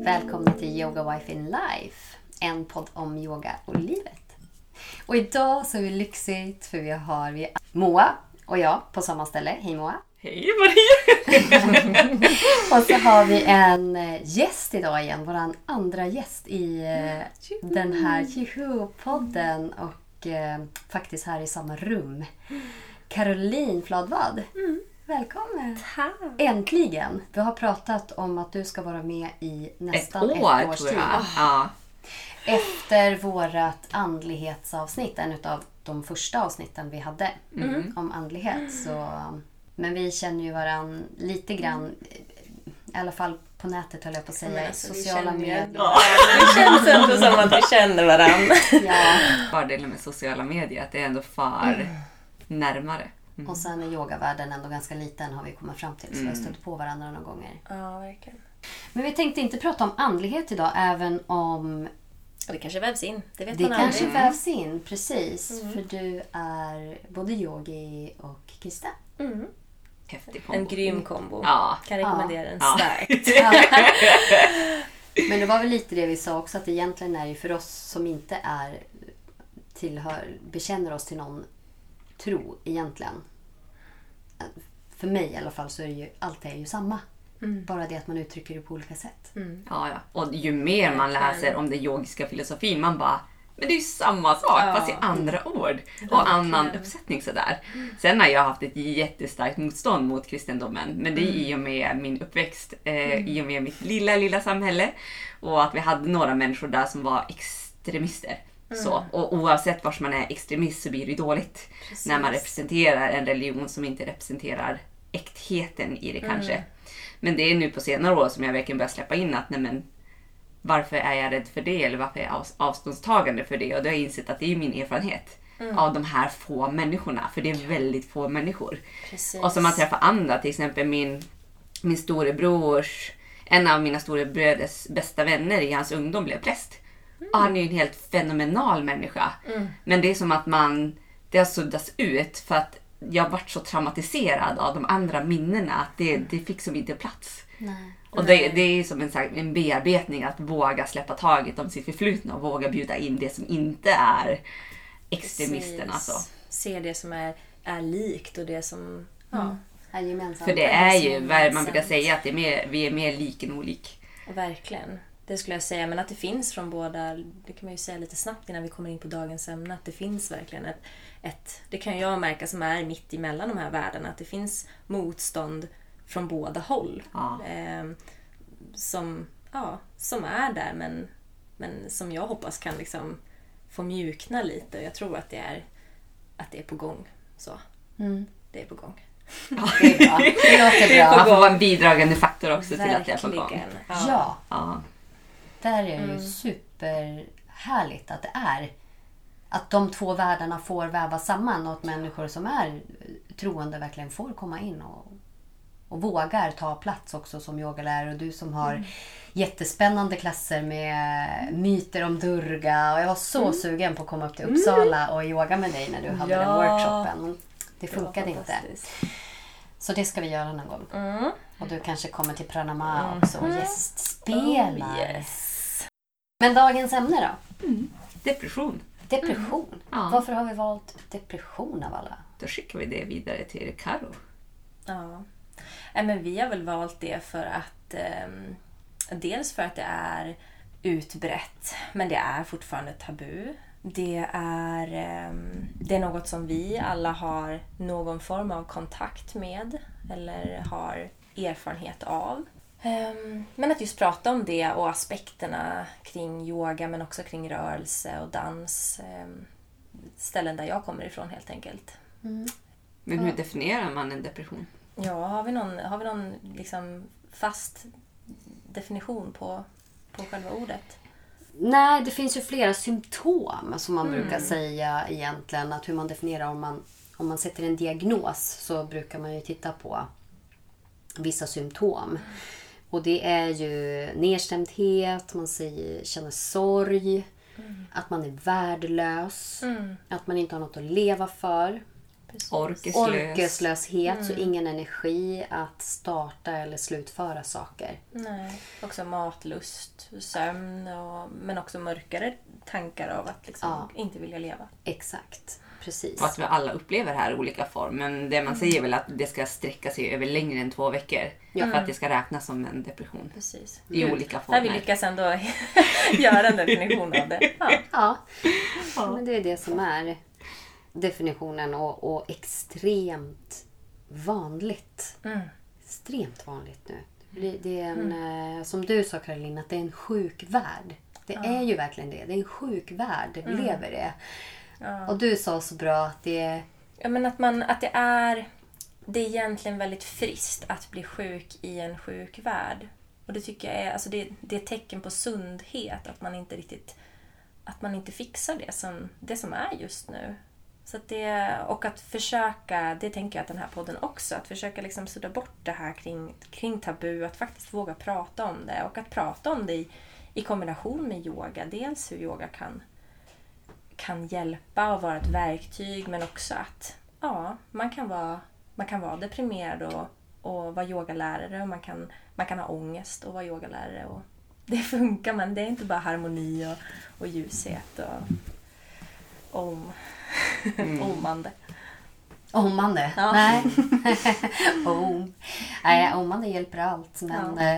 Välkomna till Yoga Wife in Life, en podd om yoga och livet. Och idag så är det lyxigt för vi har Moa och jag på samma ställe. Hej Moa! Hej Maria! Och så har vi en gäst idag igen, vår andra gäst i den här Juhu-podden och faktiskt här i samma rum. Caroline Fladvad. Välkommen! Tack! Äntligen! Vi har pratat om att du ska vara med i nästan ett års tror tid. jag. Ja. Efter vårat andlighetsavsnitt, en av de första avsnitten vi hade om andlighet. Så, men vi känner ju varann lite grann, i alla fall på nätet höll jag på att säga, i sociala medier. Ja, det känns ändå som att vi känner varandra. Ja. Fördelen med sociala medier att det är ändå far närmare. Och sen är yogavärlden ändå ganska liten har vi kommit fram till. Så vi har stött på varandra några gånger. Ja, verkligen. Men vi tänkte inte prata om andlighet idag, även om Och det kanske vävs in, det vet det man kanske aldrig. vävs in, precis. För du är både yogi och kristen. Häftig kombo. En grym kombo. Ja. Kan rekommendera den Ja. starkt. Men det var väl lite det vi sa också, att egentligen är det för oss som inte bekänner oss till någon tro egentligen. För mig i alla fall så är det ju, allt är ju samma. Bara det att man uttrycker det på olika sätt. Ja. Och ju mer man läser om den yogiska filosofin, man bara, men det är ju samma sak fast i andra ord och annan uppsättning sådär. Sen har jag haft ett jättestarkt motstånd mot kristendomen, men det är i och med min uppväxt, i och med mitt lilla samhälle och att vi hade några människor där som var extremister. Så, och oavsett vars man är extremist så blir det dåligt. Precis. När man representerar en religion som inte representerar äktheten i det kanske. Men det är nu på senare år som jag verkligen börjar släppa in att nej men, varför är jag rädd för det eller varför är jag avståndstagande för det? Och då har jag insett att det är min erfarenhet av de här få människorna. För det är väldigt få människor. Precis. Och som man träffar andra, till exempel min storebrors, en av mina storebröders bästa vänner i hans ungdom blev präst. Och han är ju en helt fenomenal människa. Men det är som att det har suddats ut för att jag varit så traumatiserad av de andra minnena att det fick som inte plats. Nej. Och det är som en bearbetning att våga släppa taget om sitt förflutna och våga bjuda in det som inte är extremisten. Alltså. Se det som är likt och det som... Är gemensamt. För det är ju, man brukar säga att vi är mer lik än olik. Verkligen. Det skulle jag säga, men att det finns från båda, det kan man ju säga lite snabbt innan vi kommer in på dagens ämne, att det finns verkligen det kan jag märka som är mitt emellan de här världarna, att det finns motstånd från båda håll. Ja. Som är där, men som jag hoppas kan liksom få mjukna lite, och jag tror att det är på gång. Så. Det är på gång. Det är bra. Det låter bra. Man får vara en bidragande faktor också till att det är på gång. Verkligen. Ja. Där är det ju superhärligt att det är. Att de två världarna får vävas samman och att människor som är troende verkligen får komma in och vågar ta plats också som yogalärare. Och du som har jättespännande klasser med myter om Durga. Och jag var så sugen på att komma upp till Uppsala och yoga med dig när du hade den workshopen. Det funkade inte. Så det ska vi göra någon gång. Och du kanske kommer till Pranama också och gästspelar. Yes. Men dagens ämne då? Depression. Depression. Ja. Varför har vi valt depression av alla? Då skickar vi det vidare till Karo. Ja. Men vi har väl valt det för att dels för att det är utbrett, men det är fortfarande tabu. Det är något som vi alla har någon form av kontakt med eller har erfarenhet av. Men att just prata om det och aspekterna kring yoga, men också kring rörelse och dans. Ställen där jag kommer ifrån helt enkelt. Men hur definierar man en depression? Ja, har vi någon liksom fast definition på själva ordet? Nej, det finns ju flera symptom som man brukar säga egentligen. Att hur man definierar om man sätter en diagnos så brukar man ju titta på vissa symptom. Och det är ju nedstämdhet, man känner sorg, att man är värdelös, att man inte har något att leva för. orkeslöshet, så ingen energi att starta eller slutföra saker. Nej, också matlust, sömn men också mörkare tankar av att liksom inte vilja leva. Exakt, precis. Fast vi alla upplever det här i olika form. Men det man säger är väl att det ska sträcka sig över längre än 2 veckor. För att det ska räknas som en depression. Precis. I olika former. Där vi lyckas ändå göra en definition av det. Ja, men det är det som är definitionen och extremt vanligt. Extremt vanligt nu. Det är en, som du sa Caroline, att det är en sjuk värld. Det är ju verkligen det. Det är en sjuk värld vi lever i. Och du sa så bra att det är... Ja, men att det är egentligen väldigt friskt att bli sjuk i en sjuk värld. Och det tycker jag är, alltså det är ett tecken på sundhet att man inte fixar det som är just nu. Så att och att försöka, det tänker jag att den här podden också, att försöka liksom sudda bort det här kring tabu, att faktiskt våga prata om det och att prata om det i kombination med yoga. Dels hur yoga kan hjälpa och vara ett verktyg, men också att man kan vara deprimerad och vara yogalärare, och man kan ha ångest och vara yogalärare, och det funkar, men det är inte bara harmoni och ljushet och omande. Omande? Ja. Nej. Nej, omande hjälper allt. Men... det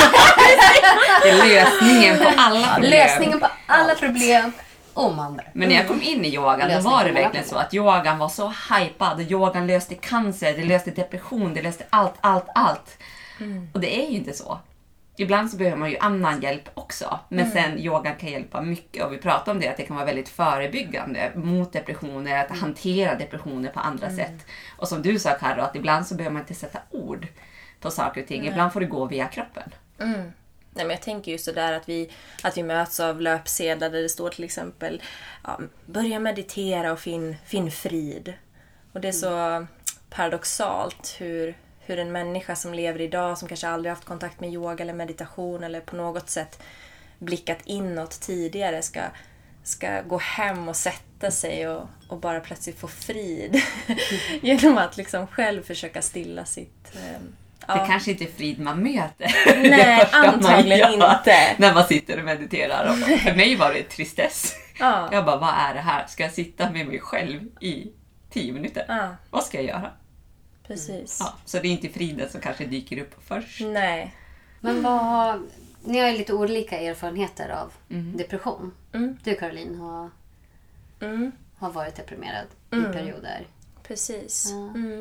är lösningen på alla problem. Lösningen på alla problem. Omande. Men när jag kom in i yogan, då var det verkligen så att yogan var så hypad. Yogan löste cancer, det löste depression, det löste allt. Och det är ju inte så. Ibland så behöver man ju annan hjälp också. Men sen yogan kan hjälpa mycket. Och vi pratar om det, att det kan vara väldigt förebyggande mot depressioner. Att hantera depressioner på andra sätt. Och som du sa, Karo, att ibland så behöver man inte sätta ord på saker och ting. Ibland får det gå via kroppen. Nej, men jag tänker ju sådär att vi möts av löpsedlar där det står till exempel börja meditera och finn frid. Och det är så paradoxalt hur en människa som lever idag, som kanske aldrig haft kontakt med yoga eller meditation eller på något sätt blickat inåt tidigare, ska gå hem och sätta sig och bara plötsligt få frid genom att liksom själv försöka stilla sitt... Det kanske inte är frid man möter. Nej, antagligen inte. När man sitter och mediterar. Och för mig var det tristess. Jag bara, vad är det här? Ska jag sitta med mig själv i 10 minuter? Vad ska jag göra? Precis. Så det är inte friden som kanske dyker upp först. Nej. Men ni har ju lite olika erfarenheter av depression. Du, Caroline, har varit deprimerad i perioder. Precis.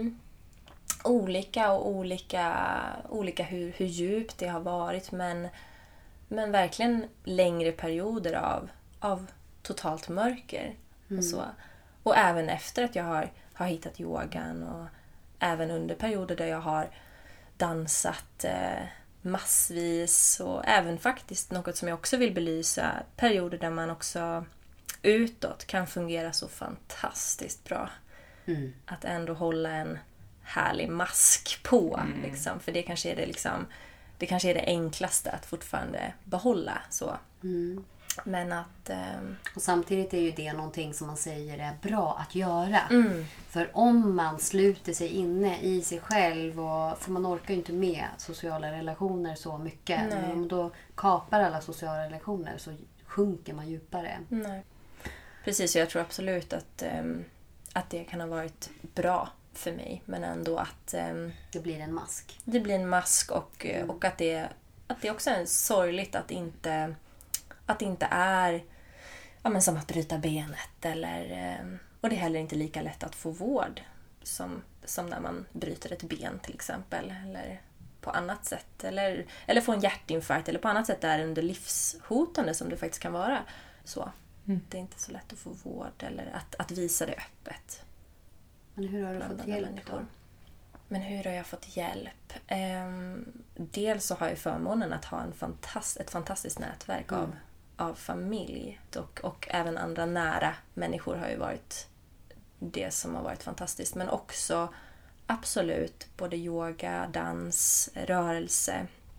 Olika och olika hur djupt det har varit, men verkligen längre perioder av totalt mörker och så. Och även efter att jag har hittat yogan, och även under perioder där jag har dansat massvis, och även faktiskt något som jag också vill belysa, perioder där man också utåt kan fungera så fantastiskt bra. Att ändå hålla en härlig mask på, liksom. För det kanske är det enklaste att fortfarande behålla så. Men att... Och samtidigt är ju det någonting som man säger är bra att göra. För om man sluter sig inne i sig själv, för man orkar ju inte med sociala relationer så mycket. Nej. Men om då kapar alla sociala relationer så sjunker man djupare. Nej. Precis, jag tror absolut att det kan ha varit bra för mig, men ändå att... det blir en mask. Det blir en mask, och att det också är sorgligt att inte är men som att bryta benet, eller och det är heller inte lika lätt att få vård som när man bryter ett ben till exempel, eller på annat sätt, eller få en hjärtinfarkt, eller på annat sätt är det livshotande som det faktiskt kan vara så. Det är inte så lätt att få vård eller att visa det öppet. Men hur har du fått hjälp då? Men hur har jag fått hjälp? Dels så har jag förmånen att ha ett fantastiskt nätverk av familj. Och även andra nära människor har ju varit det som har varit fantastiskt. Men också absolut både yoga, dans, rörelse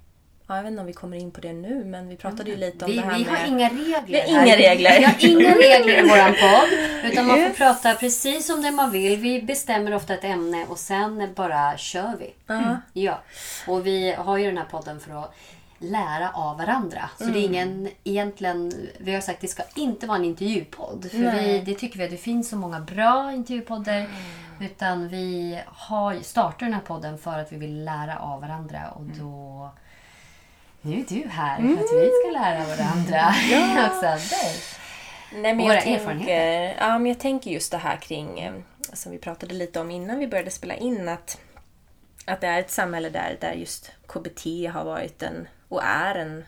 jag vet inte om vi kommer in på det nu, men vi pratade ju lite om det här Vi med... har inga regler. Vi har inga regler. Vi har inga regler i våran podd. Utan man får prata precis om det man vill. Vi bestämmer ofta ett ämne och sen bara kör vi. Ja. Och vi har ju den här podden för att lära av varandra. Så det är ingen egentligen... Vi har sagt att det ska inte vara en intervjupodd. För det tycker vi att det finns så många bra intervjupoddar. Utan vi startat den här podden för att vi vill lära av varandra. Och då... Nu är du här för att vi ska lära varandra. Också. Nej, men våra erfarenheter. Ja, men jag tänker just det här kring... Som vi pratade lite om innan vi började spela in. Att det är ett samhälle där just KBT har varit och är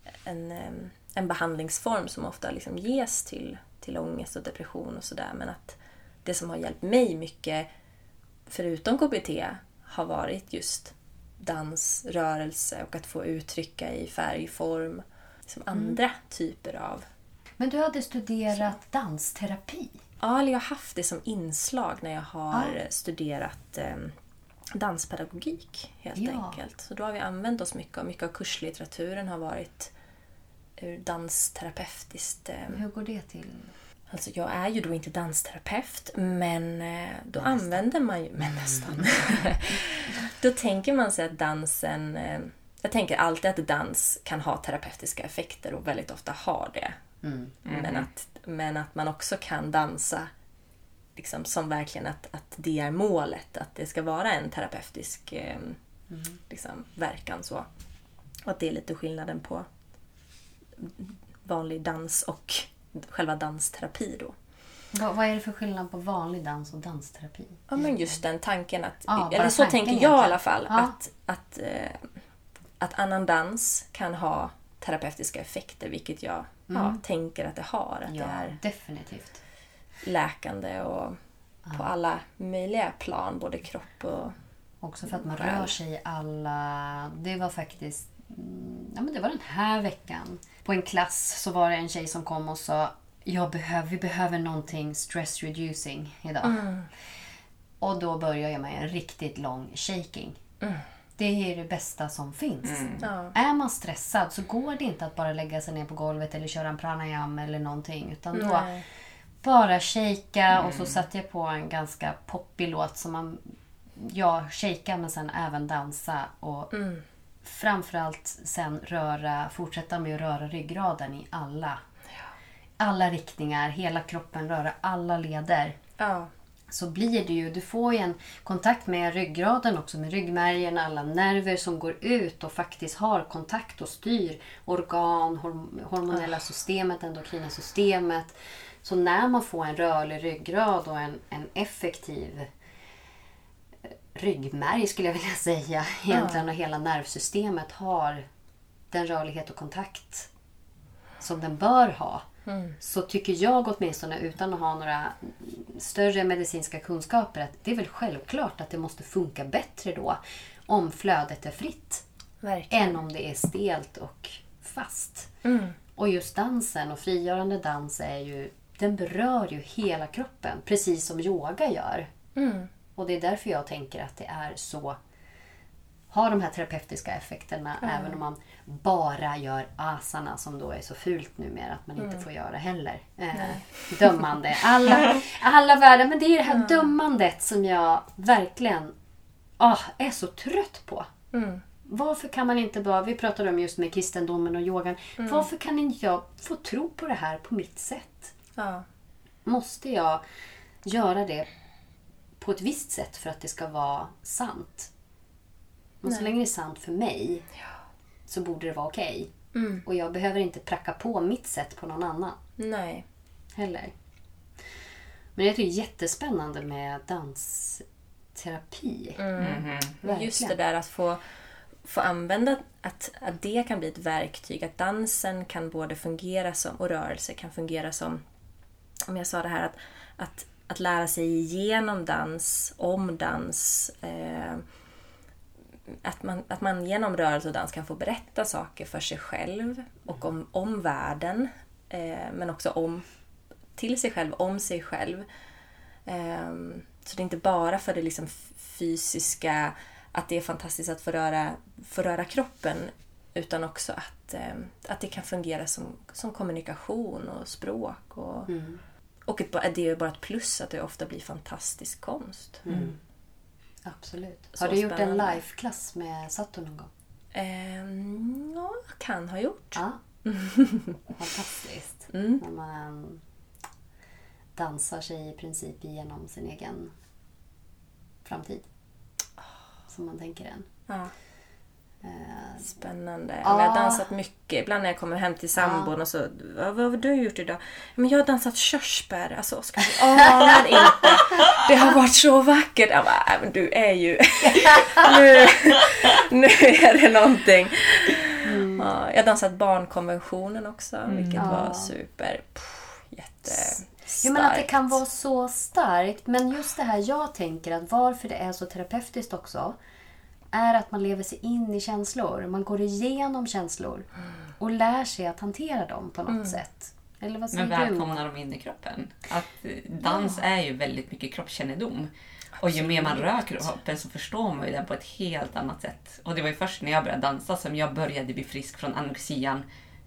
en behandlingsform som ofta liksom ges till ångest och depression och sådär. Men att det som har hjälpt mig mycket, förutom KBT, har varit just dans, rörelse och att få uttrycka i färgform. Liksom andra typer av... Men du hade studerat dansterapi? Ja, eller jag har haft det som inslag när jag har studerat danspedagogik helt enkelt. Så då har vi använt oss mycket av kurslitteraturen har varit ur dansterapeutiskt. Hur går det till? Alltså jag är ju då inte dansterapeut, men då använder man ju... Men nästan. Då tänker man sig att dansen... Jag tänker alltid att dans kan ha terapeutiska effekter och väldigt ofta har det. Men att man också kan dansa liksom, som verkligen att det är målet. Att det ska vara en terapeutisk liksom, verkan. Så. Och att det är lite skillnaden på vanlig dans och själva dansterapi då. Vad är det för skillnad på vanlig dans och dansterapi? Ja, men just den tanken att... eller så tänker jag i alla fall. Ja. Att annan dans kan ha terapeutiska effekter, vilket jag tänker att det har. Att det är definitivt läkande och på alla möjliga plan, både kropp och... Också för att man rör sig i alla... Det var faktiskt... men det var den här veckan. På en klass så var det en tjej som kom och sa vi behöver någonting stress reducing idag. Och då börjar jag med en riktigt lång shaking. Det är det bästa som finns. Är man stressad så går det inte att bara lägga sig ner på golvet eller köra en pranayam eller någonting. Utan då bara shaka och så satte jag på en ganska poppig låt som man shaka men sen även dansa och framförallt sen fortsätta med att röra ryggraden i alla riktningar, hela kroppen, röra alla leder. Så blir det ju, du får ju en kontakt med ryggraden också, med ryggmärgen, alla nerver som går ut och faktiskt har kontakt och styr organ, hormonella systemet, endokrina systemet. Så när man får en rörlig ryggrad och en effektiv ryggmärg skulle jag vilja säga egentligen och hela nervsystemet har den rörlighet och kontakt som den bör ha. Så tycker jag åtminstone utan att ha några större medicinska kunskaper att det är väl självklart att det måste funka bättre då om flödet är fritt. Verkligen. Än om det är stelt och fast. Och just dansen och frigörande dans den berör ju hela kroppen precis som yoga gör. Och det är därför jag tänker att det är så har de här terapeutiska effekterna även om man bara gör asana som då är så fult numera att man inte får göra heller. Dömande. Alla världar. Men det är det här dömandet som jag verkligen är så trött på. Varför kan man inte bara, vi pratade om just med kristendomen och yogan. Varför kan inte jag få tro på det här på mitt sätt? Måste jag göra det på ett visst sätt för att det ska vara sant? Men så länge det är sant för mig så borde det vara okej. Och jag behöver inte pracka på mitt sätt på någon annan. Nej. Heller. Men jag tycker det är jättespännande med dansterapi. Just det där att få använda att det kan bli ett verktyg. Att dansen kan både fungera som, och rörelse kan fungera som, om jag sa det här, att lära sig igenom dans, om dans. Att man genom rörelse och dans kan få berätta saker för sig själv och om världen, men också till sig själv, om sig själv. Så det är inte bara för det liksom fysiska, att det är fantastiskt att få röra kroppen, Utan också att det kan fungera som kommunikation och språk. Och det är bara ett plus att det ofta blir fantastisk konst. Absolut. Så Har du gjort en spännande. live-klass med Sato någon gång? Ja, kan ha gjort. Ja. Fantastiskt. När man dansar sig i princip igenom sin egen framtid. Som man tänker den. Ja. Spännande. Ja. Jag har dansat mycket. Ibland när jag kommer hem till sambon och så, vad har du gjort idag? Men jag har dansat körsbär. Alltså Oskar, du anar inte. Det har varit så vackert. Jag bara, men du är ju... nu är det någonting. Ja, jag har dansat barnkonventionen också, vilket var super. Jättestarkt. Jo, men att det kan vara så starkt. Men just det här, jag tänker att varför det är så terapeutiskt också är att man lever sig in i känslor. Man går igenom känslor och lär sig att hantera dem på något sätt. Eller vad säger Men du? välkomnar dem in i kroppen. Att dans är ju väldigt mycket kroppskännedom. Och ju mer man rör kroppen så förstår man ju den på ett helt annat sätt. Och det var ju först när jag började dansa som jag började bli frisk från anorexian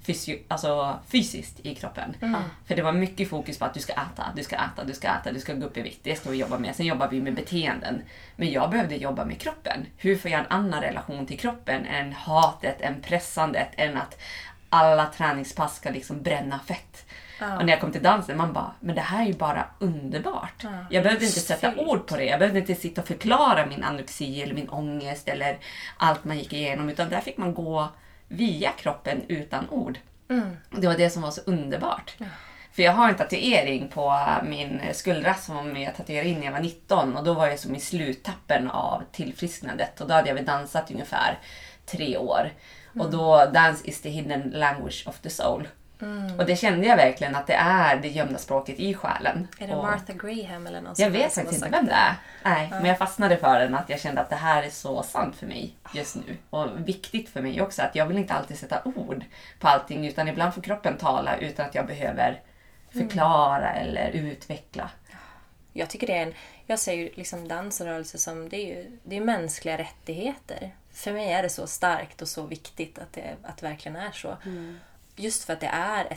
fysiskt i kroppen. För det var mycket fokus på att du ska äta, du ska gå upp i vikt. Det ska vi jobba med. Sen jobbar vi med beteenden. Men jag behövde jobba med kroppen. Hur får jag en annan relation till kroppen än hatet, än pressandet, än att alla träningspass ska liksom bränna fett. Och när jag kom till dansen, man bara, men det här är ju bara underbart. Jag behövde inte sätta ord på det. Jag behövde inte sitta och förklara min anorexi eller min ångest eller allt man gick igenom. Utan där fick man gå via kroppen utan ord. Och det var det som var så underbart. För jag har en tatuering på min skuldra som jag tatuerade in när jag var 19. Och då var jag som i sluttappen av tillfrisknandet. Och då hade jag väl dansat ungefär 3 år. Och då, dance is the hidden language of the soul. Och det kände jag verkligen att det är det gömda språket i själen. Är det Martha Graham eller någon Jag vet faktiskt inte vem det är. Nej, men jag fastnade för den, att jag kände att det här är så sant för mig just nu. Och viktigt för mig också, att jag vill inte alltid sätta ord på allting, utan ibland får kroppen tala utan att jag behöver förklara eller utveckla. Jag tycker jag ser ju liksom dans och rörelse som det är mänskliga rättigheter. För mig är det så starkt och så viktigt att det verkligen är så. Just för att det är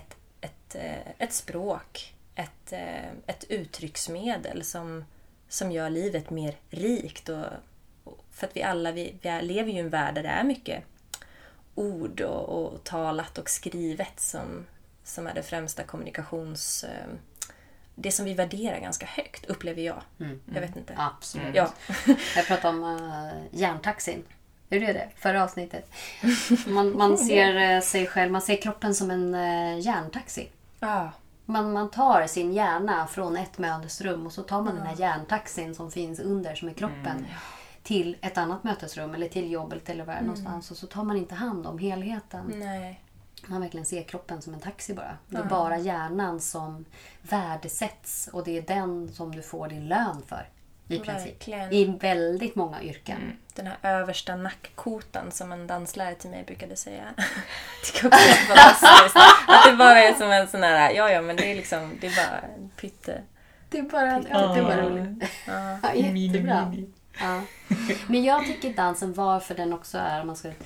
ett språk, ett uttrycksmedel som gör livet mer rikt. Och för att vi lever ju i en värld där det är mycket ord och talat och skrivet som är det främsta kommunikations... Det som vi värderar ganska högt, upplever jag. Jag vet inte. Absolut. Ja. Jag pratade om järntaxin. Hur är det? Förra avsnittet. Man ser sig själv, man ser kroppen som en järntaxi. Man tar sin hjärna från ett mötesrum och så tar man den här järntaxin som finns under, som är kroppen, till ett annat mötesrum eller till jobbet eller var någonstans. Och så tar man inte hand om helheten. Nej. Man verkligen ser kroppen som en taxi bara. Det är bara hjärnan som värdesätts och det är den som du får din lön för. I princip. Verkligen. I väldigt många yrken. Den här översta nackkotan som en danslärare till mig brukade säga. Det också är fantastiskt. Att det bara är som en sån här, ja men det är liksom, det är bara en pytte. Det är bara roligt. Ja, jättebra. Ja. Men jag tycker dansen, varför den också är, om man ska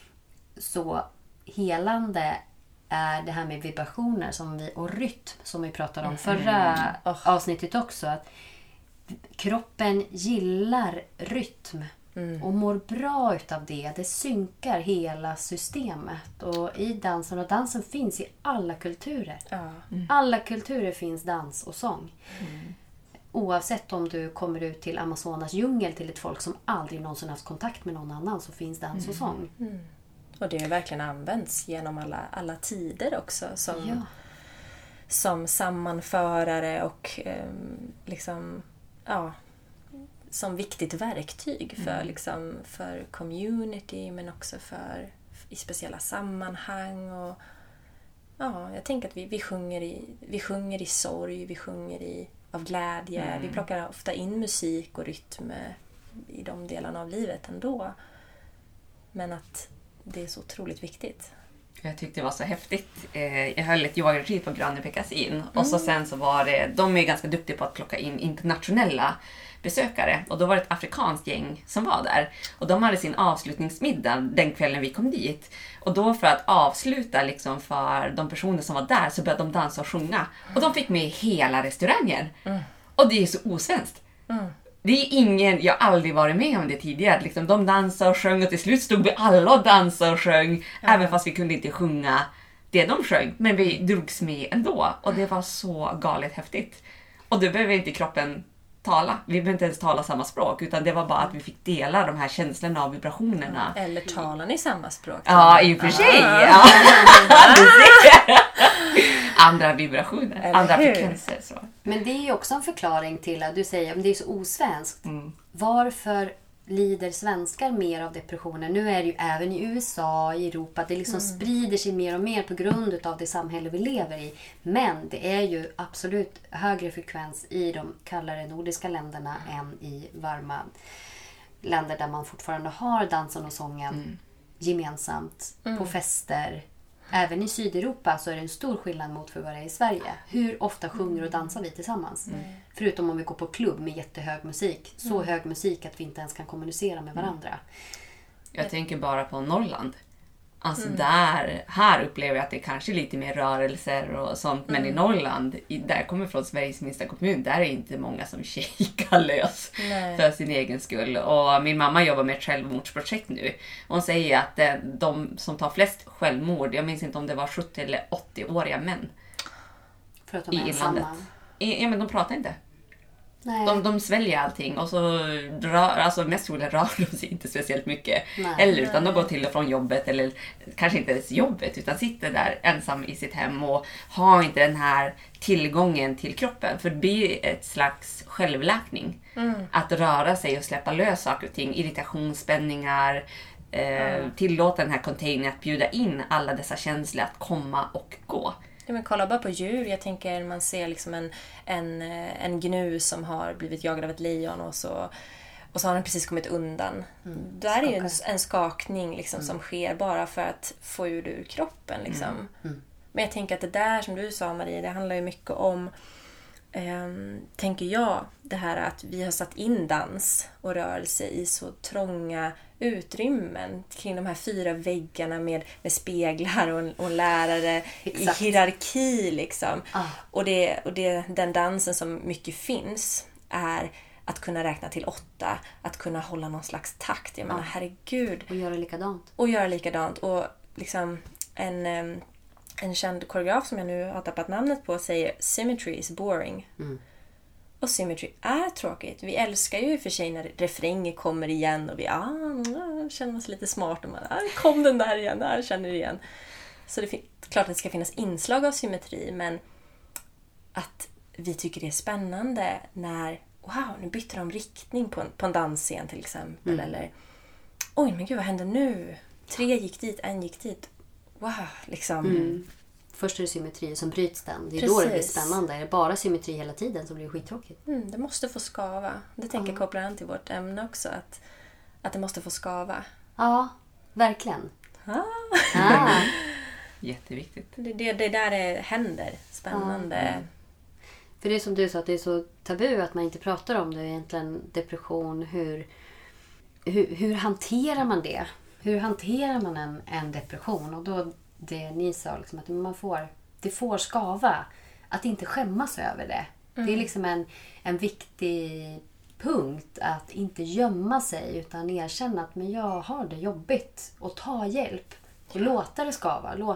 så helande, är det här med vibrationer och rytm som vi pratade om förra avsnittet också. Att kroppen gillar rytm och mår bra utav det. Det synkar hela systemet. Och i dansen, och dansen finns i alla kulturer. Alla kulturer finns dans och sång. Oavsett om du kommer ut till Amazonas djungel till ett folk som aldrig någonsin haft kontakt med någon annan, så finns dans och sång. Och det har verkligen använts genom alla tider också som sammanförare och liksom, som viktigt verktyg för community, men också i speciella sammanhang. Och jag tänker att vi sjunger i sorg, vi sjunger av glädje. Vi plockar ofta in musik och rytm i de delarna av livet ändå. Men att det är så otroligt viktigt. Jag tyckte det var så häftigt. Jag höll ett yogaretreat på Granne Pekasin. Och så sen så var det, de är ganska duktiga på att plocka in internationella besökare. Och då var det ett afrikanskt gäng som var där. Och de hade sin avslutningsmiddag den kvällen vi kom dit. Och då för att avsluta liksom för de personer som var där så började de dansa och sjunga. Och de fick med hela restaurangen. Och det är så osvenskt. Det är ingen, jag har aldrig varit med om det tidigare. Liksom, de dansade och sjöng och till slut stod vi alla och dansade och sjöng. Även fast vi kunde inte sjunga det de sjöng. Men vi drogs med ändå. Och det var så galet häftigt. Och då behöver inte kroppen tala. Vi behöver inte ens tala samma språk. Utan det var bara att vi fick dela de här känslorna och vibrationerna. Eller talar ni samma språk? Ja, i och för sig. Ja. Andra vibrationer, eller andra hur? frekvenser. Så. Men det är ju också en förklaring till att du säger att det är så osvenskt. Varför lider svenskar mer av depressioner? Nu är det ju även i USA, i Europa, det liksom sprider sig mer och mer på grund av det samhälle vi lever i. Men det är ju absolut högre frekvens i de kallare nordiska länderna än i varma länder där man fortfarande har dansen och sången gemensamt på fester. Även i Sydeuropa så är det en stor skillnad mot för vad det är i Sverige. Hur ofta sjunger och dansar vi tillsammans? Förutom om vi går på klubb med jättehög musik. Så hög musik att vi inte ens kan kommunicera med varandra. Jag tänker bara på Norrland. Alltså här upplever jag att det är kanske lite mer rörelser och sånt. Men i Norrland, där kommer från Sveriges minsta kommun, där är inte många som kikar lös för sin egen skull. Och min mamma jobbar med ett självmordsprojekt nu. Hon säger att de som tar flest självmord, jag minns inte om det var 70 eller 80-åriga män. För att de i är inlandet. Ja, men de pratar inte. Nej. De sväljer allting och så mest troligen rör de sig inte speciellt mycket. Nej. Utan de går till och från jobbet eller kanske inte ens jobbet utan sitter där ensam i sitt hem och har inte den här tillgången till kroppen. För det blir ett slags självläkning. Att röra sig och släppa lös saker och ting. Irritationsspänningar. Tillåta den här containern att bjuda in alla dessa känslor att komma och gå. Ja, men kolla bara på djur. Jag tänker man ser liksom en gnu som har blivit jagad av ett lejon och så har den precis kommit undan. Där är ju en skakning liksom, som sker bara för att få ur kroppen. Liksom. Men jag tänker att det där som du sa Marie, det handlar ju mycket om tänker jag, det här att vi har satt in dans och rörelse i så trånga utrymmen kring de här 4 väggarna med speglar och en lärare i hierarki liksom. Och den dansen som mycket finns är att kunna räkna till 8, att kunna hålla någon slags takt. Jag menar, herregud. Och göra likadant. Och liksom en känd koreograf som jag nu har tappat namnet på säger symmetry is boring. Och symmetry är tråkigt. Vi älskar ju för sig när refränger kommer igen och vi känner oss lite smart och man kom den där igen, där känner du igen. Så det är klart att det ska finnas inslag av symmetri, men att vi tycker det är spännande när nu bytte de riktning på en dansscen till exempel, eller oj men gud vad hände nu? 3 gick dit, 1 gick dit. Wow, liksom. Först är det symmetri och sen bryts den. Det är då det blir spännande. Är det bara symmetri hela tiden så blir det skittråkigt. Det måste få skava. Det tänker jag koppla an till vårt ämne också. Att det måste få skava. Ja, verkligen. Jätteviktigt. Det där det händer. Spännande. För det är som du sa, att det är så tabu att man inte pratar om det. Egentligen depression. Hur hanterar man det? Hur hanterar man en depression? Och då det ni sa, liksom, att det får skava. Att inte skämmas över det. Det är liksom en viktig punkt att inte gömma sig utan erkänna att men jag har det jobbigt och ta hjälp. Och låta det skava.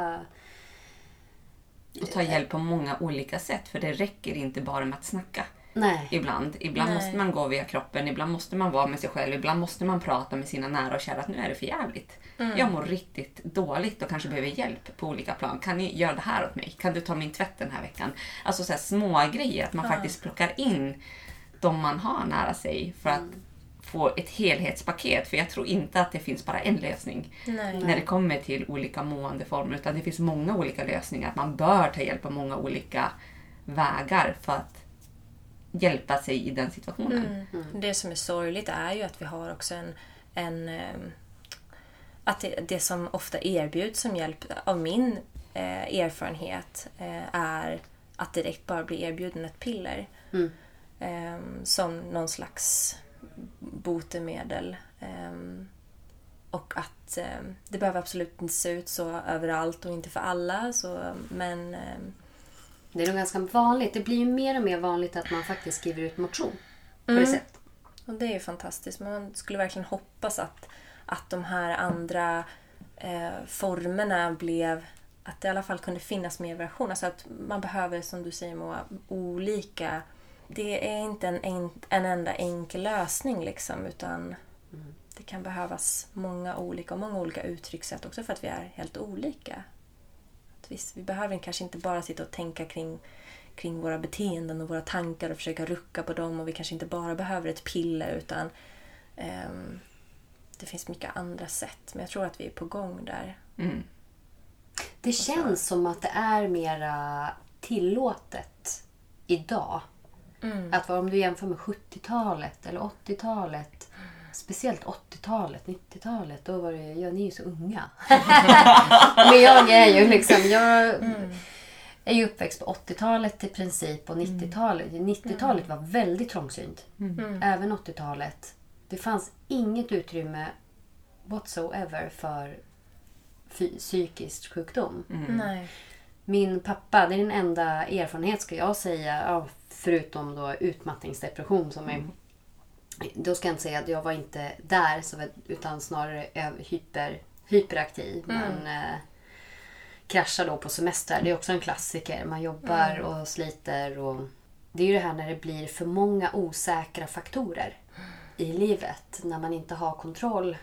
Och ta hjälp på många olika sätt för det räcker inte bara med att snacka. Nej. Ibland måste man gå via kroppen, ibland måste man vara med sig själv, ibland måste man prata med sina nära och kära att nu är det för jävligt. Jag mår riktigt dåligt och kanske behöver hjälp på olika plan. Kan ni göra det här åt mig? Kan du ta min tvätt den här veckan? Alltså så här små grejer, att man faktiskt plockar in de man har nära sig för att få ett helhetspaket. För jag tror inte att det finns bara en lösning när det kommer till olika måendeformer, utan det finns många olika lösningar. Att man bör ta hjälp av många olika vägar för att hjälpa sig i den situationen. Det som är sorgligt är ju att vi har också att det som ofta erbjuds som hjälp av min erfarenhet är att direkt bara bli erbjuden ett piller. Som någon slags botemedel. Och att det behöver absolut inte se ut så överallt och inte för alla. Men det är nog ganska vanligt. Det blir ju mer och mer vanligt att man faktiskt skriver ut motion på recept. Och det är ju fantastiskt. Men man skulle verkligen hoppas att de här andra formerna blev... Att det i alla fall kunde finnas mer variation. Alltså att man behöver, som du säger Moa, olika... Det är inte en enda enkel lösning liksom, utan det kan behövas många olika uttryckssätt också för att vi är helt olika. Att vi behöver kanske inte bara sitta och tänka kring våra beteenden och våra tankar och försöka rucka på dem, och vi kanske inte bara behöver ett piller, utan det finns mycket andra sätt. Men jag tror att vi är på gång där. Det känns som att det är mera tillåtet idag. Att om du jämför med 70-talet eller 80-talet, speciellt 80-talet, 90-talet, då var det, ni är ju så unga. Men jag är ju liksom, jag är ju uppväxt på 80-talet i princip, och 90-talet. 90-talet var väldigt trångsynt. Även 80-talet. Det fanns inget utrymme whatsoever för psykisk sjukdom. Nej. Min pappa, det är den enda erfarenhet ska jag säga, förutom då utmattningsdepression som är, då ska jag inte säga att jag var inte där, utan snarare hyperaktiv. Man kraschar då på semester. Det är också en klassiker. Man jobbar och sliter, och det är ju det här när det blir för många osäkra faktorer i livet, när man inte har kontroll.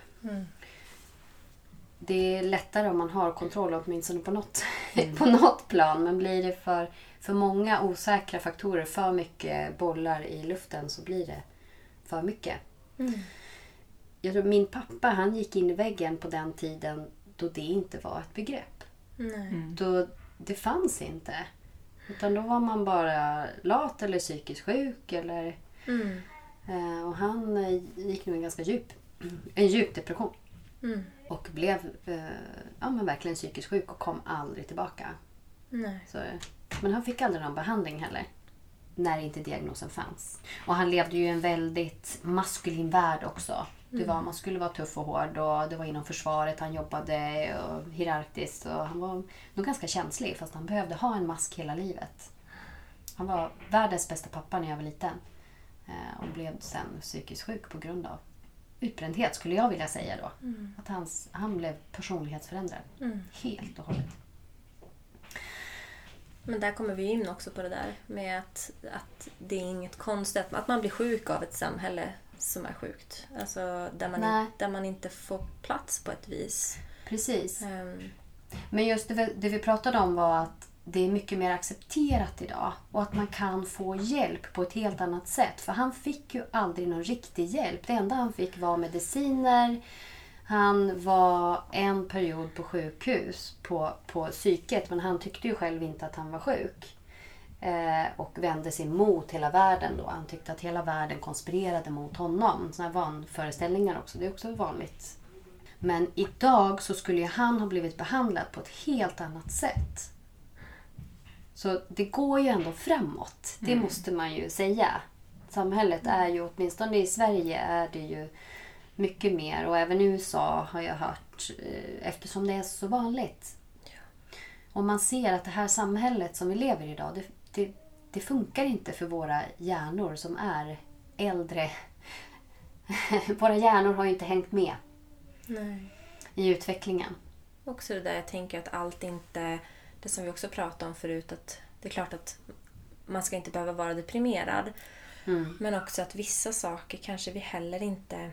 Det är lättare om man har kontroll, åtminstone på något plan. Men blir det för många osäkra faktorer, för mycket bollar i luften, så blir det för mycket. Jag tror min pappa, han gick in i väggen på den tiden då det inte var ett begrepp. Då det fanns inte. Utan då var man bara lat eller psykiskt sjuk. Och han gick nog en ganska djup depression. Och blev men verkligen psykiskt sjuk och kom aldrig tillbaka. Så, men han fick aldrig någon behandling heller, när inte diagnosen fanns. Och han levde ju i en väldigt maskulin värld också. Man skulle vara tuff och hård, och det var inom försvaret han jobbade, och hierarkiskt. Och han var nog ganska känslig, fast han behövde ha en mask hela livet. Han var världens bästa pappa när jag var liten. Och blev sen psykiskt sjuk på grund av utbrändhet, skulle jag vilja säga då. Att han blev personlighetsförändrad. Helt och hållet. Men där kommer vi in också på det där med att det är inget konstigt att man blir sjuk av ett samhälle som är sjukt. Alltså där man inte får plats på ett vis. Precis. Men just det vi pratade om var att det är mycket mer accepterat idag, och att man kan få hjälp på ett helt annat sätt. För han fick ju aldrig någon riktig hjälp. Det enda han fick var mediciner. Han var en period på sjukhus på psyket, men han tyckte ju själv inte att han var sjuk. Och vände sig mot hela världen då. Han tyckte att hela världen konspirerade mot honom. Sådana här vanföreställningar också. Det är också vanligt. Men idag så skulle ju han ha blivit behandlad på ett helt annat sätt. Så det går ju ändå framåt. Det måste man ju säga. Samhället är ju, åtminstone i Sverige, är det ju mycket mer. Och även i USA har jag hört, eftersom det är så vanligt. Och man ser att det här samhället som vi lever i idag, det funkar inte för våra hjärnor som är äldre. Våra hjärnor har ju inte hängt med. Nej. I utvecklingen. Också det där, jag tänker att allt inte, det som vi också pratade om förut, att det är klart att man ska inte behöva vara deprimerad. Men också att vissa saker kanske vi heller inte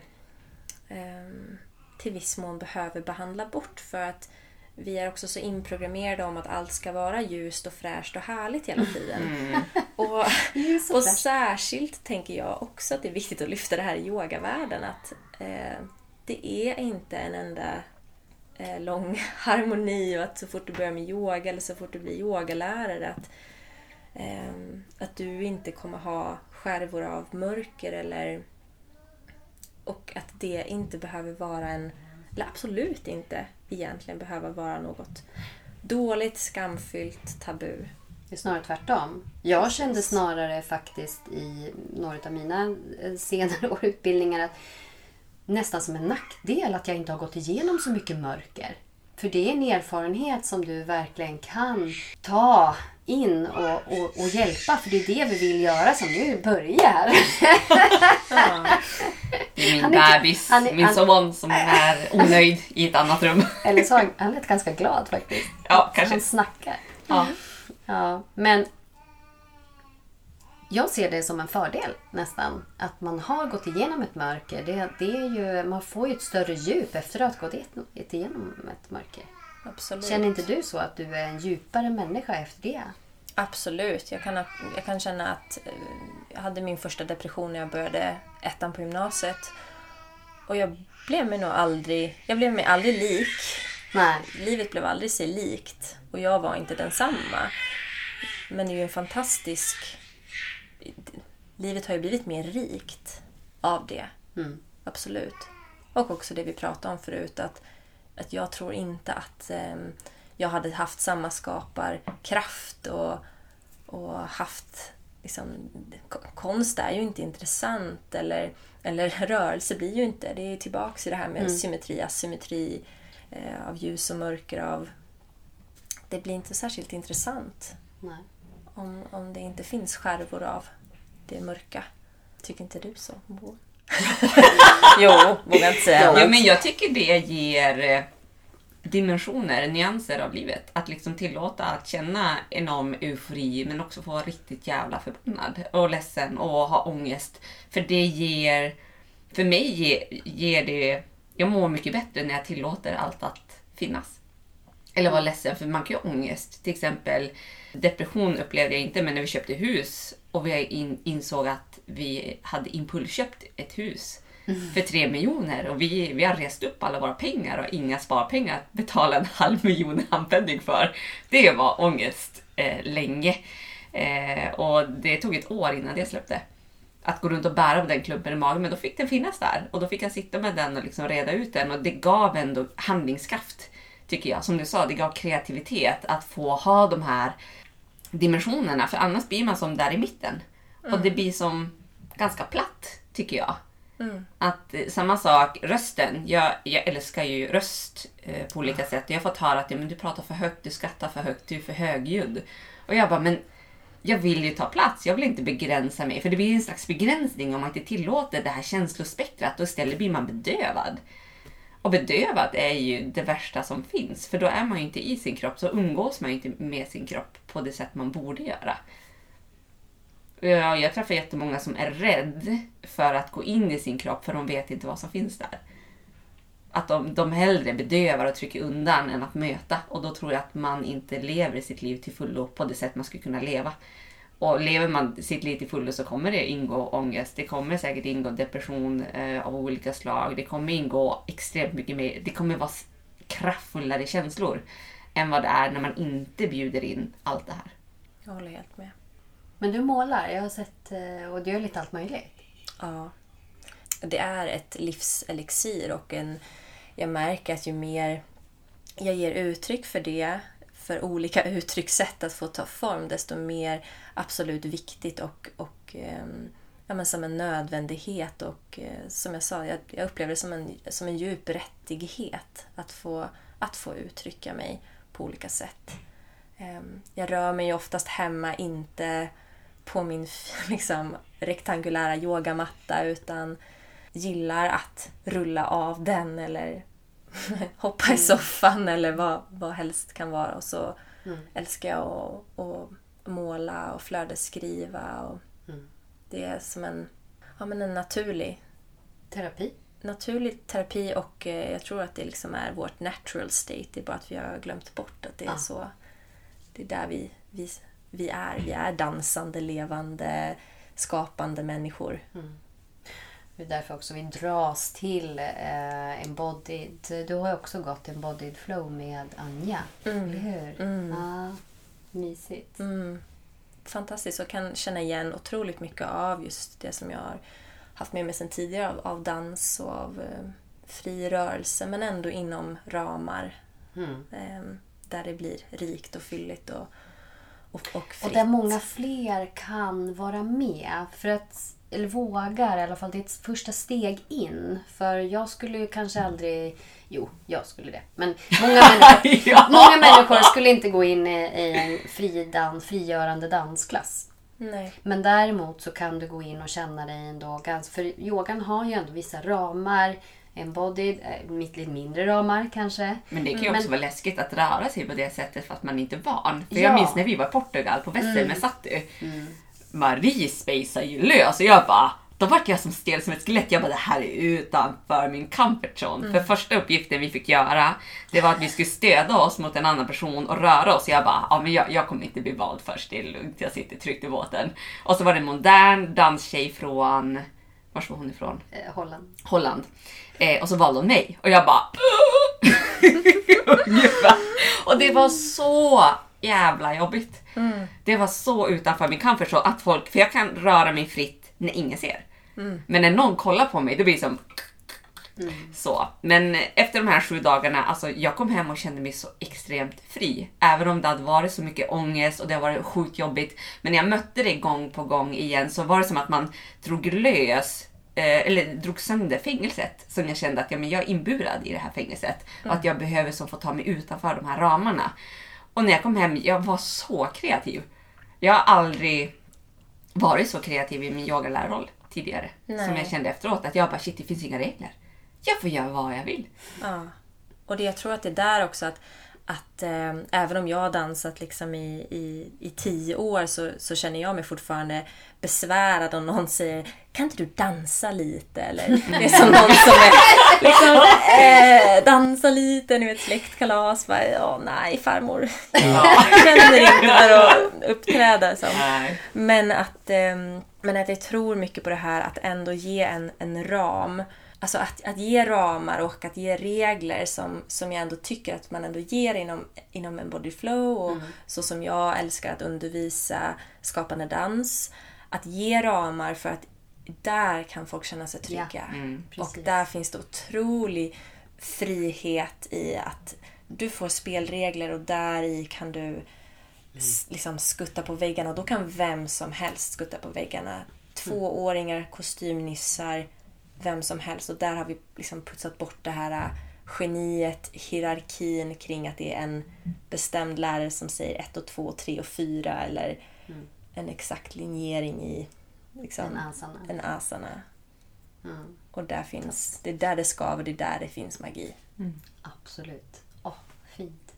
till viss mån behöver behandla bort, för att vi är också så inprogrammerade om att allt ska vara ljust och fräscht och härligt hela tiden. Och särskilt tänker jag också att det är viktigt att lyfta det här i yogavärlden, att det är inte en enda lång harmoni, och att så fort du börjar med yoga eller så fort du blir yogalärare, att du inte kommer ha skärvor av mörker, och att det inte behöver vara eller absolut inte egentligen behöva vara något dåligt, skamfyllt, tabu. Det är snarare tvärtom. Jag kände snarare faktiskt i några av mina senare årutbildningar att nästan som en nackdel att jag inte har gått igenom så mycket mörker. För det är en erfarenhet som du verkligen kan ta in och hjälpa. För det är det vi vill göra som nu börjar. Det är min bebis, min son som är onöjd i ett annat rum. Eller så han lät ganska glad faktiskt. Ja, kanske. Han snackar. Ja, men jag ser det som en fördel nästan. Att man har gått igenom ett mörker. Det är ju, man får ju ett större djup efter att ha gått igenom ett mörker. Absolut. Känner inte du så att du är en djupare människa efter det? Absolut. Jag kan känna att jag hade min första depression när jag började 1:an på gymnasiet. Och jag blev mig aldrig lik. Nej. Livet blev aldrig sig likt. Och jag var inte densamma. Men det är ju en fantastisk... Livet har ju blivit mer rikt av det. Mm. Absolut. Och också det vi pratade om förut. Att jag tror inte att jag hade haft samma skaparkraft och haft... Liksom, konst är ju inte intressant. Eller rörelse blir ju inte. Det är tillbaka i det här med symmetri, asymmetri av ljus och mörker. Det blir inte särskilt intressant. Nej. Om det inte finns skärvor av det mörka. Tycker inte du så? Jo, vågar inte säga ja, men jag tycker det ger dimensioner, nyanser av livet. Att liksom tillåta att känna enorm eufori men också få vara riktigt jävla förbannad och ledsen och ha ångest. För det för mig ger det, jag mår mycket bättre när jag tillåter allt att finnas. Eller vara ledsen, för man kan ju ha ångest. Till exempel depression upplevde jag inte, men när vi köpte hus och vi insåg att vi hade impulsköpt ett hus för 3 miljoner och vi har rest upp alla våra pengar och inga sparpengar att betala 500 000 handpenning för. Det var ångest länge. Och det tog ett år innan det släppte. Att gå runt och bära på den klumpen i magen, men då fick den finnas där. Och då fick jag sitta med den och liksom reda ut den. Och det gav ändå handlingskraft, tycker jag. Som du sa, det gav kreativitet att få ha de här dimensionerna. För annars blir man som där i mitten. Och det blir som ganska platt, tycker jag. Att samma sak, rösten. Jag älskar ju röst på olika sätt. Jag har fått höra att men du pratar för högt, du skrattar för högt, du är för högljudd. Och jag bara, men jag vill ju ta plats. Jag vill inte begränsa mig. För det blir en slags begränsning om man inte tillåter det här känslospektrat. Och istället blir man bedövad. Och bedövad är ju det värsta som finns. För då är man ju inte i sin kropp. Så umgås man ju inte med sin kropp på det sätt man borde göra. Jag träffar jättemånga som är rädd för att gå in i sin kropp. För de vet inte vad som finns där. Att de hellre bedövar och trycker undan än att möta. Och då tror jag att man inte lever sitt liv till fullo på det sätt man skulle kunna leva. Och lever man sitt liv till fullo så kommer det ingå ångest. Det kommer säkert ingå depression av olika slag. Det kommer ingå extremt mycket mer. Det kommer vara kraftfullare känslor än vad det är när man inte bjuder in allt det här. Jag håller helt med. Men du målar, jag har sett, och du gör lite allt möjligt. Ja. Det är ett livselixir och jag märker att ju mer jag ger uttryck för det, för olika uttryckssätt att få ta form, desto mer absolut viktigt och som en nödvändighet och som jag sa, jag upplever det som en djup rättighet att få uttrycka mig på olika sätt. Jag rör mig oftast hemma, inte på min liksom rektangulära yogamatta, utan gillar att rulla av den eller hoppa i soffan eller vad helst kan vara. Och så älskar jag att måla och flödesskriva. Och det är som en naturlig terapi och jag tror att det liksom är vårt natural state. Det är bara att vi har glömt bort att det är så. Det är där vi är. Vi är dansande, levande, skapande människor. Det är därför också vi dras till embodied. Du har också gått embodied flow med Anja. Eller hur? Ja, mysigt. Fantastiskt, och kan känna igen otroligt mycket av just det som jag har haft med mig sedan tidigare av dans och av fri rörelse men ändå inom ramar. Där det blir rikt och fylligt och fritt. Och där många fler kan vara med. För att, eller vågar i alla fall. Det är ett första steg in. För jag skulle ju kanske aldrig... Jo, jag skulle det. Men många människor skulle inte gå in i en frigörande dansklass. Nej. Men däremot så kan du gå in och känna dig ändå ganska... För yogan har ju ändå vissa ramar. Embodied, lite mindre ramar kanske. Men det kan ju också vara läskigt att röra sig på det sättet för att man inte är van. För jag minns när vi var i Portugal på Väster med Satu. Marie spacade ju lös och jag bara... Då var jag som stel som ett skelett. Jag bara, det här är utanför min comfort zone. För första uppgiften vi fick göra, det var att vi skulle stödja oss mot en annan person och röra oss. Jag bara, men jag kommer inte bli vald först. Det är lugnt, jag sitter tryggt i båten. Och så var det en modern danstjej från... Var var hon ifrån? Holland. Och så valde hon mig. Och jag bara... och det var så jävla jobbigt. Det var så utanför min comfort zone att folk... För jag kan röra mig fritt när ingen ser. Men när någon kollar på mig, då blir det som... Så. Men efter de här 7 dagarna, alltså jag kom hem och kände mig så extremt fri. Även om det hade varit så mycket ångest och det har varit sjukt jobbigt. Men när jag mötte det gång på gång igen så var det som att man drog sönder fängelset. Som jag kände att jag är inburad i det här fängelset. Och att jag behöver få ta mig utanför de här ramarna. Och när jag kom hem, jag var så kreativ. Jag har aldrig varit så kreativ i min yogalärarroll tidigare. Nej. Som jag kände efteråt. Att jag bara, shit, det finns inga regler. Jag får göra vad jag vill. Ja. Och jag tror att det är där också att även om jag har dansat liksom i 10 år så känner jag mig fortfarande besvärad om någon säger, kan inte du dansa lite? Eller det är som någon som är liksom, dansa lite, nu ett släktkalas. Nej, farmor. Jag känner inte för att uppträda. Men att jag tror mycket på det här att ändå ge en ram. Alltså att ge ramar och att ge regler som jag ändå tycker att man ändå ger inom en body flow och så som jag älskar att undervisa skapande dans. Att ge ramar för att där kan folk känna sig trygga. Ja, och där finns det otrolig frihet i att du får spelregler och där i kan du liksom skutta på väggarna. Och då kan vem som helst skutta på väggarna. 2-åringar, kostymnissar, vem som helst. Och där har vi liksom putsat bort det här geniet, hierarkin kring att det är en bestämd lärare som säger 1 och 2 och 3 och 4 eller en exakt linjering i liksom, en asana. Och där finns, det är där det skaver, det är där det finns magi. Absolut. Fint.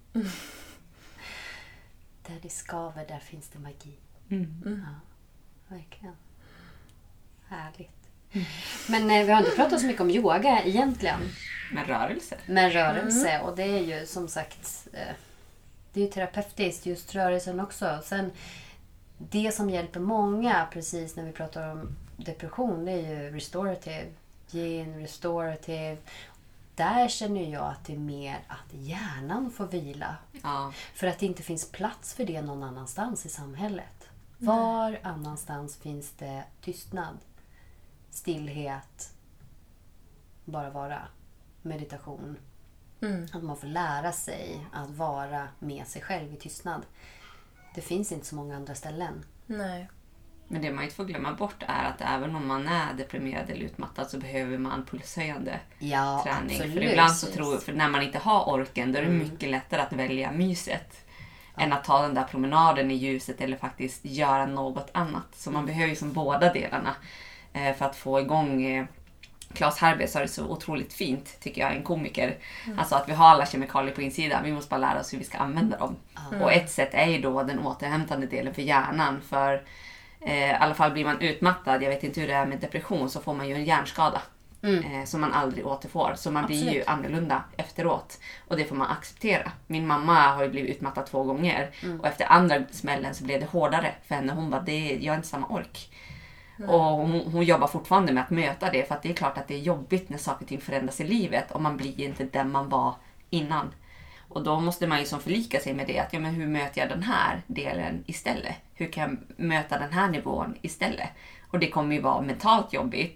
Där det skaver, där finns det magi. Ja, verkligen. Härligt. Men vi har inte pratat så mycket om yoga egentligen. Med rörelse. Och det är ju som sagt, det är ju terapeutiskt just rörelsen också. Sen det som hjälper många precis när vi pratar om depression, det är ju restorative. Yin, restorative. Där känner jag att det är mer att hjärnan får vila. Ja. För att det inte finns plats för det någon annanstans i samhället. Var annanstans finns det tystnad, stillhet, bara vara, meditation. Att man får lära sig att vara med sig själv i tystnad. Det finns inte så många andra ställen. Nej. Men det man inte får glömma bort är att även om man är deprimerad eller utmattad så behöver man pulshöjande träning. Absolut. För ibland så för när man inte har orken då är det mycket lättare att välja myset än att ta den där promenaden i ljuset eller faktiskt göra något annat. Så man behöver ju som båda delarna för att få igång. Claes Harbe sa det så otroligt fint, tycker jag, en komiker. Alltså att vi har alla kemikalier på insidan. Vi måste bara lära oss hur vi ska använda dem. Och ett sätt är ju då den återhämtande delen för hjärnan. För i alla fall blir man utmattad, jag vet inte hur det är med depression, så får man ju en hjärnskada. Som man aldrig återfår. Så man blir ju annorlunda efteråt. Och det får man acceptera. Min mamma har ju blivit utmattad 2 gånger. Och efter andra smällen så blev det hårdare för henne. Hon bara, jag har inte samma ork. Och hon jobbar fortfarande med att möta det. För att det är klart att det är jobbigt när saker och ting förändras i livet. Och man blir inte den man var innan. Och då måste man ju som förlika sig med det. Att men hur möter jag den här delen istället? Hur kan jag möta den här nivån istället? Och det kommer ju vara mentalt jobbigt.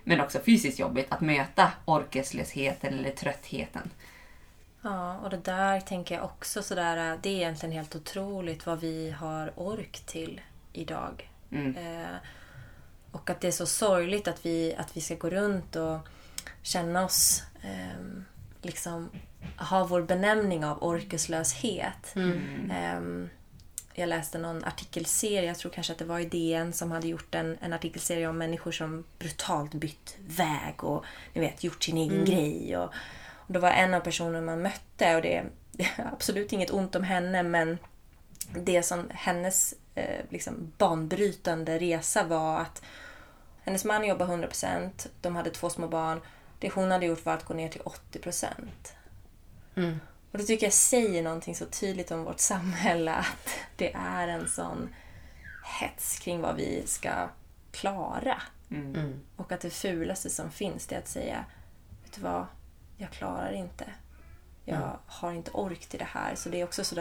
Men också fysiskt jobbigt att möta orkeslösheten eller tröttheten. Ja, och det där tänker jag också sådär, det är egentligen helt otroligt vad vi har ork till idag. Och att det är så sorgligt att vi ska gå runt och känna oss liksom ha vår benämning av orkeslöshet. Jag läste någon artikelserie, jag tror kanske att det var i DN som hade gjort en artikelserie om människor som brutalt bytt väg och ni vet, gjort sin egen grej. Och det var en av personerna man mötte och det är absolut inget ont om henne, men det som hennes liksom banbrytande resa var att hennes man jobbade 100%, de hade 2 små barn. Det hon hade gjort var att gå ner till 80%. Och det tycker jag säger någonting så tydligt om vårt samhälle, att det är en sån hets kring vad vi ska klara. Och att det fulaste som finns det är att säga, vet du vad, jag klarar inte. Jag har inte ork till det här. Så det är också så då,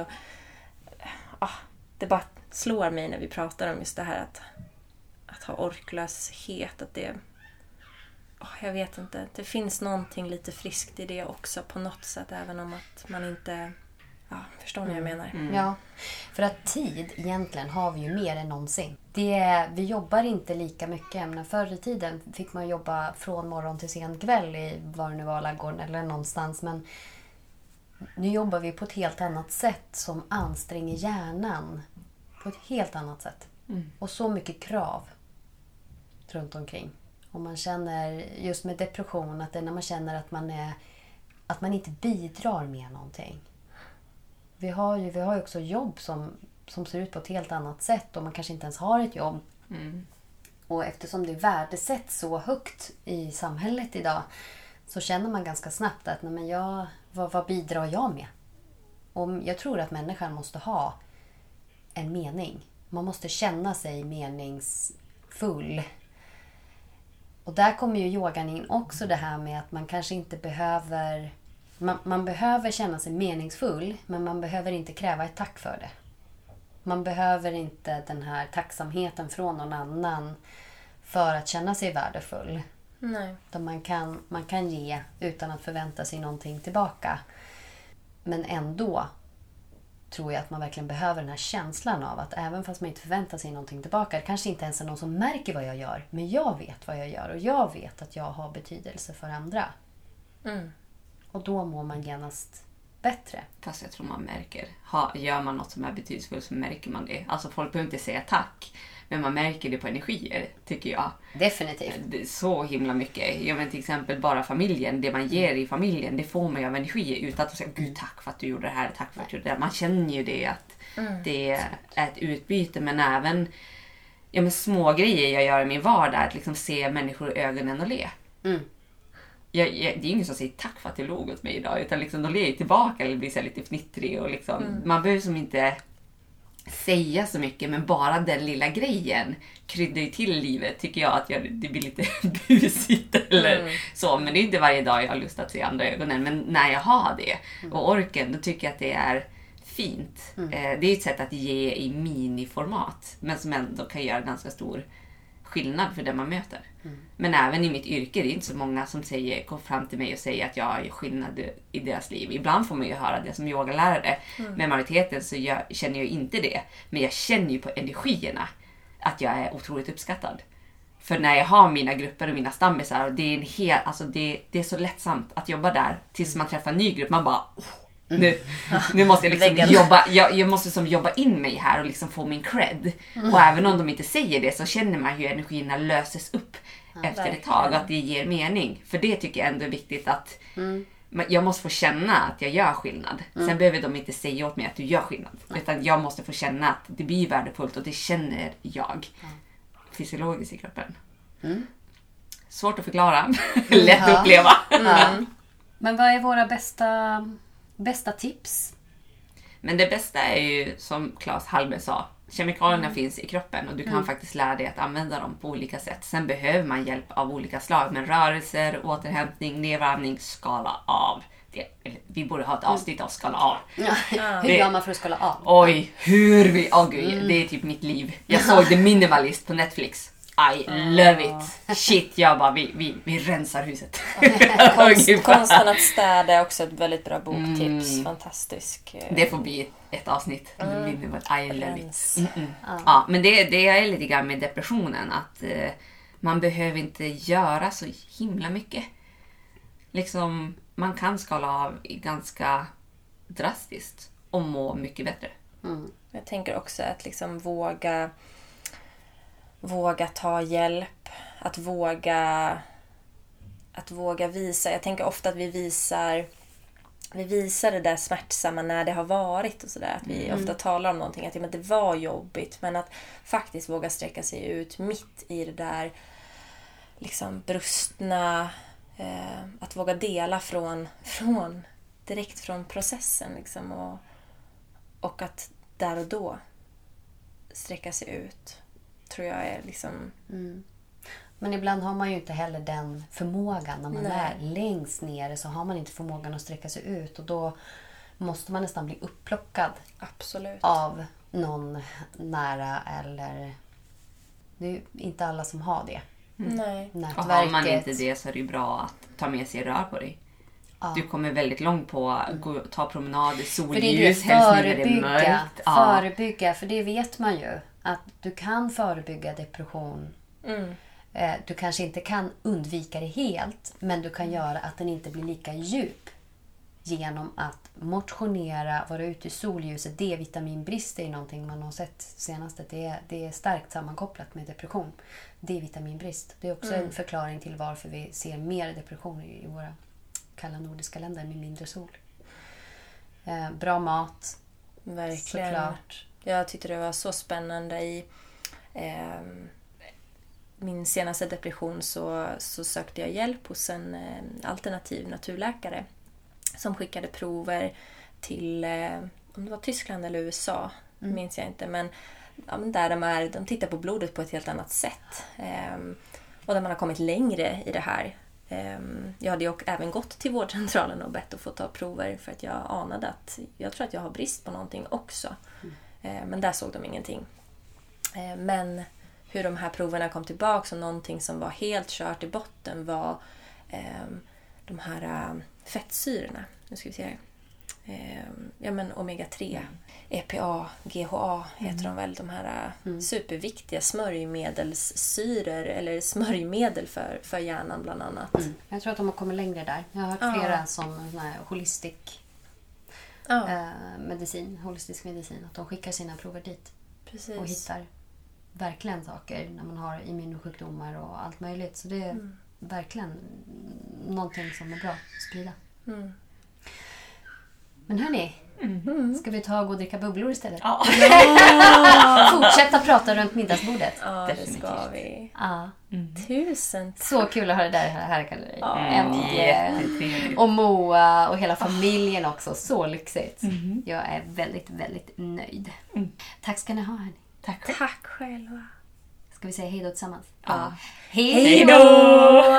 det bara slår mig när vi pratar om just det här att ha orklöshet, att det jag vet inte, det finns någonting lite friskt i det också på något sätt, även om att man inte förstår ni vad jag menar. Ja, för att tid egentligen har vi ju mer än någonsin. Vi jobbar inte lika mycket, men förr i tiden fick man jobba från morgon till sen kväll i var det nu var, Laggården eller någonstans, men nu jobbar vi på ett helt annat sätt som anstränger hjärnan på ett helt annat sätt. Och så mycket krav runt omkring. Och man känner just med depression att det är när man känner att man inte bidrar med någonting. Vi har ju också jobb som ser ut på ett helt annat sätt och man kanske inte ens har ett jobb. Och eftersom det värdesätts så högt i samhället idag så känner man ganska snabbt att vad bidrar jag med? Och jag tror att människan måste ha en mening. Man måste känna sig meningsfull. Och där kommer ju yogan in också, det här med att man kanske inte behöver... Man behöver känna sig meningsfull, men man behöver inte kräva ett tack för det. Man behöver inte den här tacksamheten från någon annan för att känna sig värdefull. Nej. Man kan ge utan att förvänta sig någonting tillbaka. Men ändå tror jag att man verkligen behöver den här känslan av att även fast man inte förväntar sig någonting tillbaka, det kanske inte ens är någon som märker vad jag gör, men jag vet vad jag gör och jag vet att jag har betydelse för andra. Och då mår man genast bättre. Fast jag tror man märker. Gör man något som är betydelsefullt så märker man det. Alltså folk behöver inte säga tack. Men man märker det på energier, tycker jag. Definitivt. Det är så himla mycket. Jag menar till exempel bara familjen. Det man ger i familjen, det får man ju av energi. Utan att säga, gud tack för att du gjorde det här, tack för att du gjorde det. Man känner ju det att det är ett utbyte. Men även små grejer jag gör i min vardag. Att liksom se människor i ögonen och le. Det är ingen som säger tack för att du låg åt mig idag. Utan liksom, de ler tillbaka eller blir så lite fnittrig. Och liksom, man behöver som inte säga så mycket, men bara den lilla grejen kryddar ju till livet, tycker jag, att det blir lite busigt eller så. Men det är inte varje dag jag har lust att se andra ögonen. Men när jag har det och orken, då tycker jag att det är fint. Det är ett sätt att ge i miniformat, men som ändå kan göra ganska stor skillnad för den man möter. Men även i mitt yrke, det är inte så många som kommer fram till mig och säger att jag gör skillnad i deras liv. Ibland får man ju höra det som yogalärare. Men majoriteten så känner jag inte det. Men jag känner ju på energierna att jag är otroligt uppskattad. För när jag har mina grupper och mina stammisar, det är så lättsamt att jobba där. Tills man träffar en ny grupp, man bara... Nu måste jag liksom jobba, jag måste som jobba in mig här och liksom få min cred. Och även om de inte säger det så känner man hur energierna löses upp efter ett tag, att det ger mening. För det tycker jag ändå är viktigt, att jag måste få känna att jag gör skillnad. Sen behöver de inte säga åt mig att du gör skillnad. Utan jag måste få känna att det blir värdefullt, och det känner jag fysiologiskt i kroppen. Svårt att förklara. Lätt att uppleva. Men vad är våra bästa tips? Men det bästa är ju, som Claes Hallberg sa, kemikalierna finns i kroppen och du kan faktiskt lära dig att använda dem på olika sätt. Sen behöver man hjälp av olika slag, men rörelser, återhämtning, nedvarvning, skala av. Vi borde ha ett avsnitt av skala av. Hur gör man för att skala av? Oj, det är typ mitt liv. Jag såg The Minimalist på Netflix. I love it. Shit, jag bara, vi rensar huset. Konsten att städa är också ett väldigt bra boktips. Fantastisk. Det får bli ett avsnitt. I love it. Ja, men det är lite grann med depressionen. Att man behöver inte göra så himla mycket. Liksom, man kan skala av ganska drastiskt och må mycket bättre. Jag tänker också att liksom våga ta hjälp. Att våga visa. Jag tänker ofta att vi visar det där smärtsamma när det har varit och sådär. Att vi ofta talar om någonting, att det var jobbigt. Men att faktiskt våga sträcka sig ut mitt i det där liksom brustna. Att våga dela direkt från processen. Liksom, och att där och då sträcka sig ut. Tror jag är liksom... Men ibland har man ju inte heller den förmågan. När man är längst nere så har man inte förmågan att sträcka sig ut. Och då måste man nästan bli upplockad. Absolut. Av någon nära. Eller... Det är ju inte alla som har det. Nej. Och har man inte det så är det ju bra att ta med sig rör på dig. Ja. Du kommer väldigt långt på att ta promenader, solljus, helst när det är mörkt. Förebygga, för det vet man ju. Att du kan förebygga depression. Du kanske inte kan undvika det helt, men du kan göra att den inte blir lika djup genom att motionera, vara ute i solljuset. D-vitaminbrist är någonting man har sett senast. Det är starkt sammankopplat med depression. D-vitaminbrist. Det är också en förklaring till varför vi ser mer depression i våra kalla nordiska länder med mindre sol. Bra mat. Verkligen. Såklart. Jag tyckte det var så spännande i min senaste depression så sökte jag hjälp hos en alternativ naturläkare som skickade prover till om det var Tyskland eller USA, minns jag inte, men där de tittar på blodet på ett helt annat sätt och där man har kommit längre i det här. Jag hade ju även gått till vårdcentralen och bett att få ta prover för att jag anade att jag tror att jag har brist på någonting också. Men där såg de ingenting. Men hur de här proverna kom tillbaka och någonting som var helt kört i botten var de här fettsyrorna. Nu ska vi se här. Omega-3. EPA, GHA heter de väl. De här superviktiga smörjmedelssyror eller smörjmedel för hjärnan bland annat. Jag tror att de har kommit längre där. Jag har hört flera som holistisk medicin. Att de skickar sina prover dit. Precis. Och hittar verkligen saker när man har immunsjukdomar och allt möjligt. Så det är verkligen någonting som är bra att sprida. Men hörni, ska vi ta och gå och dricka bubblor istället? Ja. Fortsätta prata runt middagsbordet. Ja, det ska vi. Ja. Tusen tack. Så kul att ha det där här, Kalleri. Äntligen. Och Moa och hela familjen också. Så lyxigt. Jag är väldigt, väldigt nöjd. Tack ska ni ha, hörni. Tack själva. Ska vi säga hej då tillsammans? Ja. Hej då!